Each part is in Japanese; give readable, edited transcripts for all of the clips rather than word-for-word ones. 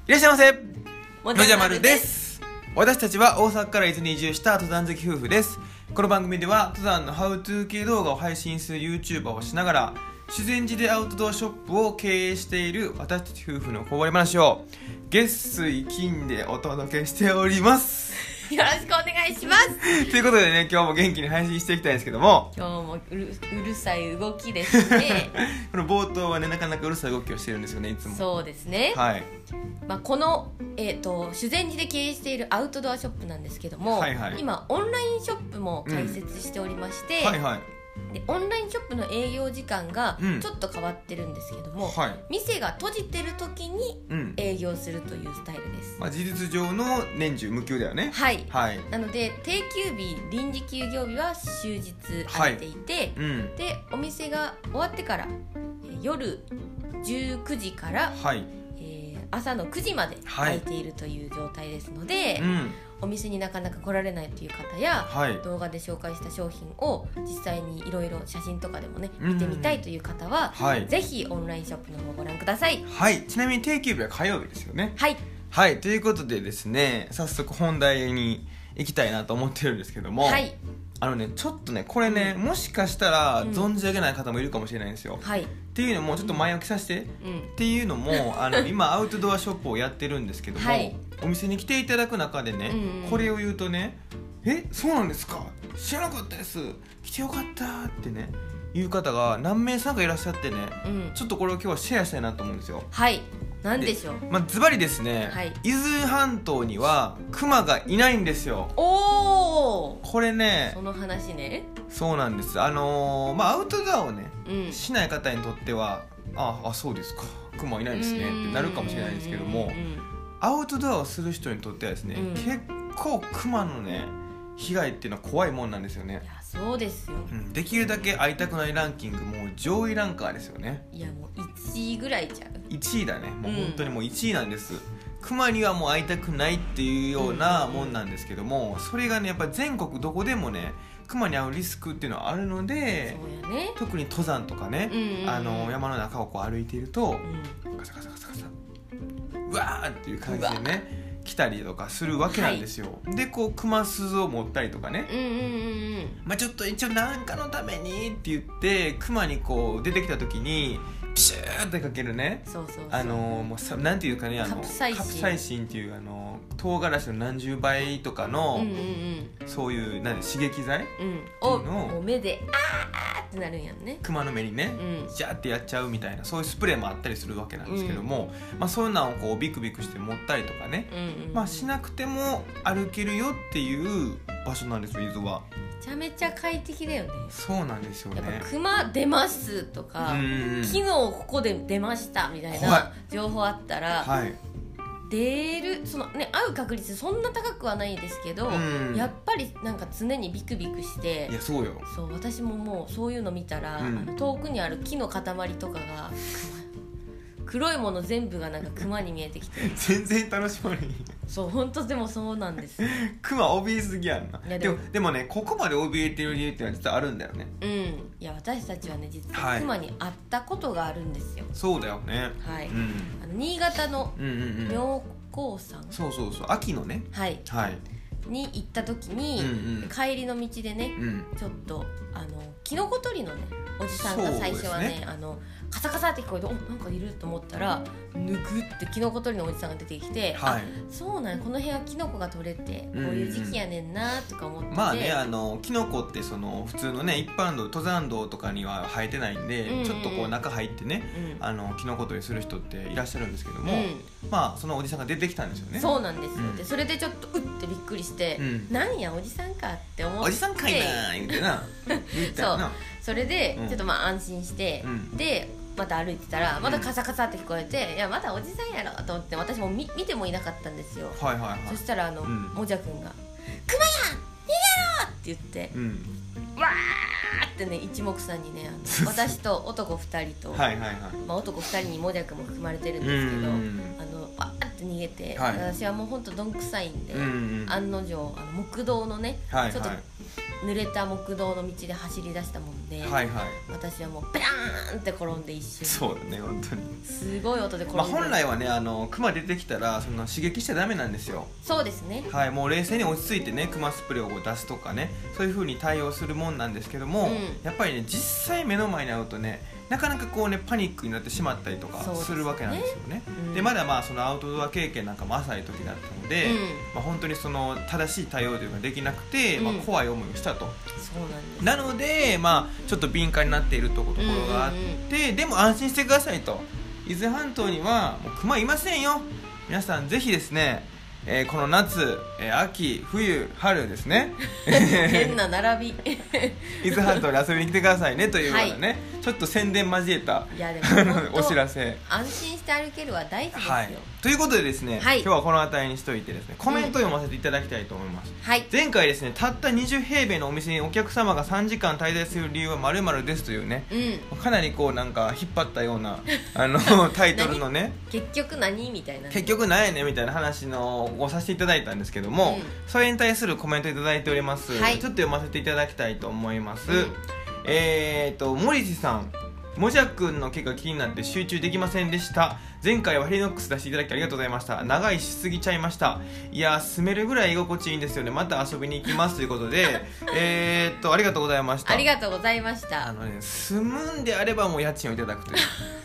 いらっしゃいませ。 もじゃまるです。私たちは大阪から伊豆に移住した登山好き夫婦です。この番組では登山のハウトゥー系動画を配信する YouTuber をしながら修善寺でアウトドアショップを経営している私たち夫婦のこぼれ話を月水金でお届けしております。 よろしくお願いしますということでね、今日も元気に配信していきたいんですけども、 今日もうるさい動きですねこの冒頭はね、なかなかうるさい動きをしてるんですよね、いつも。 そうですね、 はい。 この、修善寺で経営しているアウトドアショップなんですけども、 はいはい、 今オンラインショップも開設しておりまして、 はいはい、 でオンラインショップの営業時間がうんちょっと変わってるんですけども、 はい、 店が閉じてる時にうん営業するというスタイルです、 事実上の年中無休だよね。 はい、 はい、 なので定休日臨時休業日は終日空いていて、 うん、 でお店が終わってから夜19時から、 はい、 朝の9時まで空いているという状態ですので、 うん、 お店になかなか来られないという方や、 はい、 動画で紹介した商品を実際にいろいろ写真とかでもね見てみたいという方は、 はい、 ぜひオンラインショップの方をご覧ください。 はい、ちなみに定休日は火曜日ですよね。 はい、 はい、ということでですね、早速本題に行きたいなと思ってるんですけども、 はい、 ちょっとねこれね、もしかしたら存じ上げない方もいるかもしれないんですよ、 はい、 っていうのもちょっと前置きさせて、っていうのも今アウトドアショップをやってるんですけども、はい、お店に来ていただく中でね、これを言うとね、そうなんですか、知らなかったです、来てよかったってねいう方が何名さんかいらっしゃってね、ちょっとこれを今日はシェアしたいなと思うんですよ。 はい、なんでしょう。 ズバリですね、はい、伊豆半島にはクマがいないんですよ。 おー、 これね、 その話ね。そうなんです。アウトドアをね、しない方にとってはそうですか、クマいないですねってなるかもしれないですけども、アウトドアをする人にとってはですね、結構クマのね被害っていうのは怖いもんなんですよね。 いや、そうですよ、 できるだけ会いたくないランキングもう上位ランカーですよね。 いや、もう1位ぐらいちゃう。 1位だね、もう本当にもう1位なんです。クマにはもう会いたくないっていうようなもんなんですけども、それがねやっぱり全国どこでもねクマに会うリスクっていうのはあるので、 そうやね、 特に登山とかね、山の中をこう歩いていると、ガサガサガサガサうわーっていう感じでね来たりとかするわけなんですよ、はい、でこうクマ鈴を持ったりとかね、ちょっと一応何かのためにって言ってクマにこう出てきた時にピシューってかけるね、もうなんていうかね、カプサイシンっていう唐辛子の何十倍とかの、そういう刺激剤っていうのを目であーってなるんやんね、 クマの目にね、ジャーってやっちゃうみたいな、そういうスプレーもあったりするわけなんですけども、そういうのをこうビクビクして持ったりとかね、しなくても歩けるよっていう場所なんですよ、伊豆は。 めちゃめちゃ快適だよね。 そうなんですよね。 やっぱクマ出ますとか、昨日ここで出ましたみたいな情報あったら、はい、出る会う確率そんな高くはないですけど、やっぱりなんか常にビクビクして、 いやそうよ、 そう私ももうそういうの見たら、遠くにある木の塊とかが黒いもの全部がなんかクマに見えてきて全然楽しまない。 そう、本当でもそうなんです。 クマ怯えすぎやんな。でもね、ここまで怯えてる理由っていうのは実はあるんだよね。 いや、私たちはね、実はクマに会ったことがあるんですよ。 そうだよね。 はい、新潟の妙高山、 そう秋のね、 はい、に行った時に、帰りの道でね、ちょっとキノコ採りのねおじさんが最初はね、カサカサって聞こえて、なんかいると思ったら、ぬぐってキノコ採りのおじさんが出てきて、そうなんや、この辺はキノコが採れてこういう時期やねんなとか思ってて、 キノコって普通のね一般道登山道とかには生えてないんで、ちょっとこう中入ってね、キノコ採りする人っていらっしゃるんですけども、そのおじさんが出てきたんですよね。 そうなんですよ、でそれでちょっとうってびっくりして、なんやおじさんかって思って、 おじさんかいなー言ってなそうそれでちょっと安心して、でまた歩いてたらまたカサカサって聞こえて、いやまたおじさんやろと思って、私も見てもいなかったんですよ。そしたらもじゃくんが「クマや逃げろ!」って言って、わーってね一目散にね私と男2人と男2人にもじゃくんも含まれてるんですけど、わーって逃げて、私はもうほんとどんくさいんで、案の定木道のねちょっと濡れた木道の道で走り出したもんで、はいはい、私はもうベラーンって転んで一瞬そうだね本当にすごい音で転んで、 本来はねクマ出てきたらその刺激しちゃダメなんですよ。 そうですね、 はい、もう冷静に落ち着いてねクマスプレーを出すとかねそういう風に対応するもんなんですけども、やっぱりね実際目の前に会うとねなかなかこうねパニックになってしまったりとかするわけなんですよね。でまだまあそのアウトドア経験なんかも浅い時だったので、本当にその正しい対応というのができなくて、怖い思いをしたと。 そうなのでちょっと敏感になっているところがあって、でも安心してくださいと。伊豆半島にはもうクマいませんよ。皆さんぜひですね、この夏、秋、冬、春ですね変な並び伊豆半島に遊びに来てくださいねというようなね、はい、ちょっと宣伝交えたお知らせ。 安心して歩けるは大事ですよ、 はい、ということでですね、はい、今日はこの辺りにしといてですねコメントを読ませていただきたいと思います、はい、前回ですねたった20平米のお店にお客様が3時間滞在する理由は〇〇ですというね、かなりこうなんか引っ張ったようなタイトルのね結局何みたいな、 結局何やねんみたいな話をさせていただいたんですけども、それに対するコメントいただいております、はい、ちょっと読ませていただきたいと思います、森地さん、もじゃくんの毛が気になって集中できませんでした。前回はヘリノックス出していただきありがとうございました。長いしすぎちゃいました。いや住めるぐらい居心地いいんですよね。また遊びに行きますということでありがとうございました。 ありがとうございました。 住むんであればもう家賃をいただくという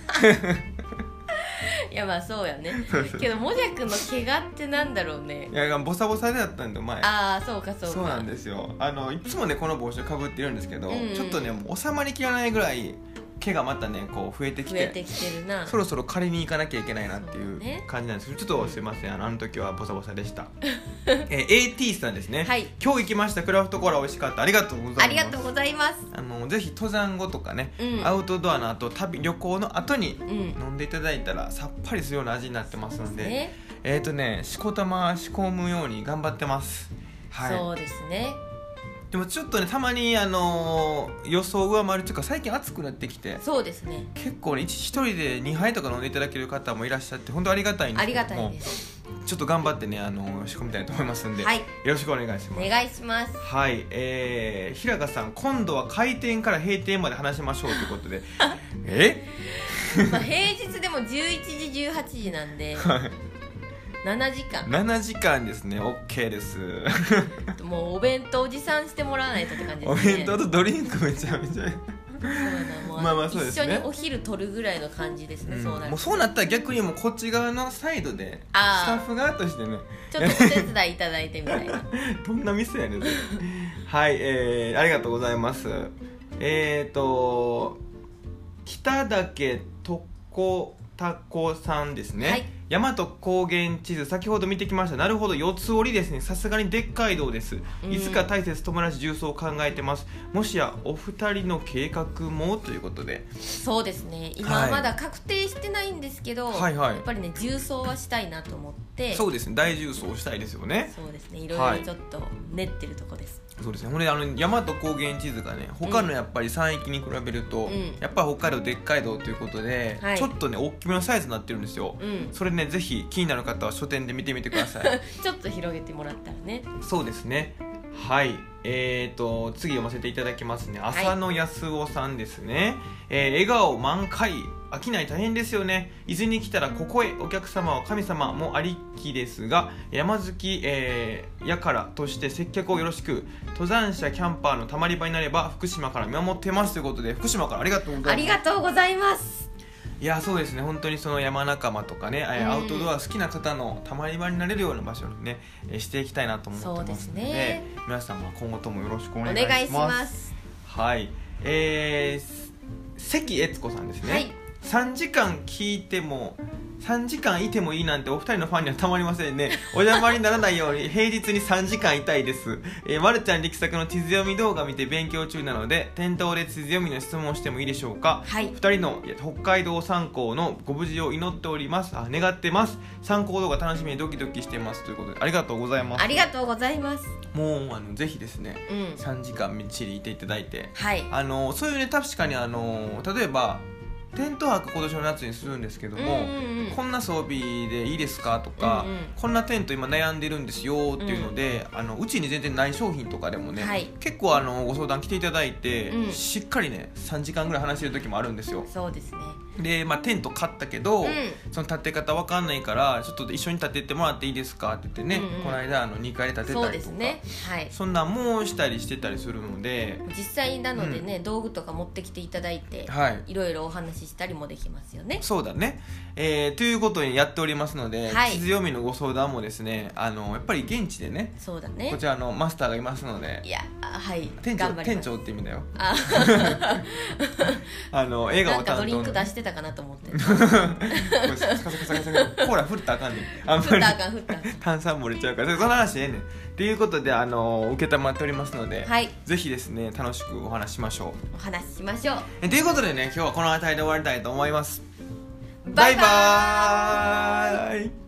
いやまあそうやねけどもじゃくんの毛がってなんだろうね。 いやボサボサでだったんで前。 ああそうかそうか。 そうなんですよ。いつもねこの帽子をかぶってるんですけど、ちょっとねもう収まりきらないぐらい毛がまたねこう増えてきてるな。 そろそろ借りに行かなきゃいけないなっていう感じなんですけど、ちょっとすいませんあの時はボサボサでしたAT さんですね、はい、今日行きましたクラフトコーラ美味しかった。ありがとうございます。 ありがとうございます。 ぜひ登山後とかね、アウトドアの後旅行の後に飲んでいただいたらさっぱりするような味になってますので、しこたま仕込むように頑張ってます、はい、 そうですね。 でもちょっとねたまに予想を上回るというか最近暑くなってきて、 そうですね結構ね一人で2杯とか飲んでいただける方もいらっしゃって本当ありがたいんですけども、 ありがたいです。 ちょっと頑張ってね仕込みたいと思いますんで、はい、よろしくお願いします。 お願いします。 はい、平賀さん今度は開店から閉店まで話しましょうということでまあ平日でも11時18時なんで7時間ですね。 OK ですもうお弁当持参してもらわないとって感じですね。 お弁当とドリンクめちゃめちゃまあそうですね、一緒にお昼取るぐらいの感じですね、 もうそうなったら逆にもうこっち側のサイドでスタッフ側としてねちょっとお手伝いいただいてみたいなどんな店やねんはい、ありがとうございます。北岳とこたこさんですね、はい、大和高原地図先ほど見てきました。なるほど四つ折りですね。さすがにでっかい道です。いつか大切友達重曹を考えてます。もしやお二人の計画もということで。 そうですね今まだ確定してないんですけど、はいはい、やっぱりね重曹はしたいなと思って。 そうですね大重曹したいですよね。 そうですねいろいろちょっと練ってるとこです、 そうですね。ほんで大和高原地図がね他のやっぱり山域に比べると、やっぱり北海道でっかい道ということで、ちょっとね大きめのサイズになってるんですよ、それねぜひ気になる方は書店で見てみてくださいちょっと広げてもらったらね。 そうですね。はい、次読ませていただきますね。浅野康夫さんですね、笑顔満開飽きない大変ですよね。伊豆に来たらここへお客様は神様もありきですが山好き、やからとして接客をよろしく登山者キャンパーのたまり場になれば福島から見守ってますということで福島からありがとうございます。 ありがとうございます。 いやそうですね本当にその山仲間とかね、アウトドア好きな方のたまり場になれるような場所にねしていきたいなと思ってますの で、皆さんは今後ともよろしくお願いします。はい関悦子さんですね、はい、3時間いてもいいなんてお二人のファンにはたまりませんね。お邪魔にならないように平日に3時間いたいです。まるちゃん力作の地図読み動画見て勉強中なので店頭で地図読みの質問をしてもいいでしょうか。はい、2人の北海道参考のご無事を祈っております。願ってます。参考動画楽しみにドキドキしてますということでありがとうございます。 ありがとうございます。 もうぜひですね、3時間みっちりいていただいて、 はい、 そういうね確かに例えばテント泊今年の夏にするんですけども、こんな装備でいいですかとか、こんなテント今悩んでるんですよっていうので、うちに全然ない商品とかでもね、結構ご相談来ていただいて、しっかりね3時間ぐらい話してる時もあるんですよ。 そうですね。 で、テント買ったけど、その立て方わかんないからちょっと一緒に立ててもらっていいですかって言ってね、この間2階で立てたりとか、 そうですね、 そんなんもしたりしてたりするので、 実際なのでね、道具とか持ってきていただいて、いろいろお話ししたりもできますよね。 そうだね、ということにやっておりますので、地図読みのご相談もですね、やっぱり現地でね、 そうだね、 こちらのマスターがいますので、 いや、 店長って意味だよ。 映画をドリンク出してたかなと思ってコーラ振ったらあかんねん。振ったらあかん、炭酸漏れちゃうから、その話ええねん。ということで受けたまっておりますので、ぜひですね楽しくお話しましょう。ということでね、今日はこの辺りで終わりたいと思います。バイバーイ。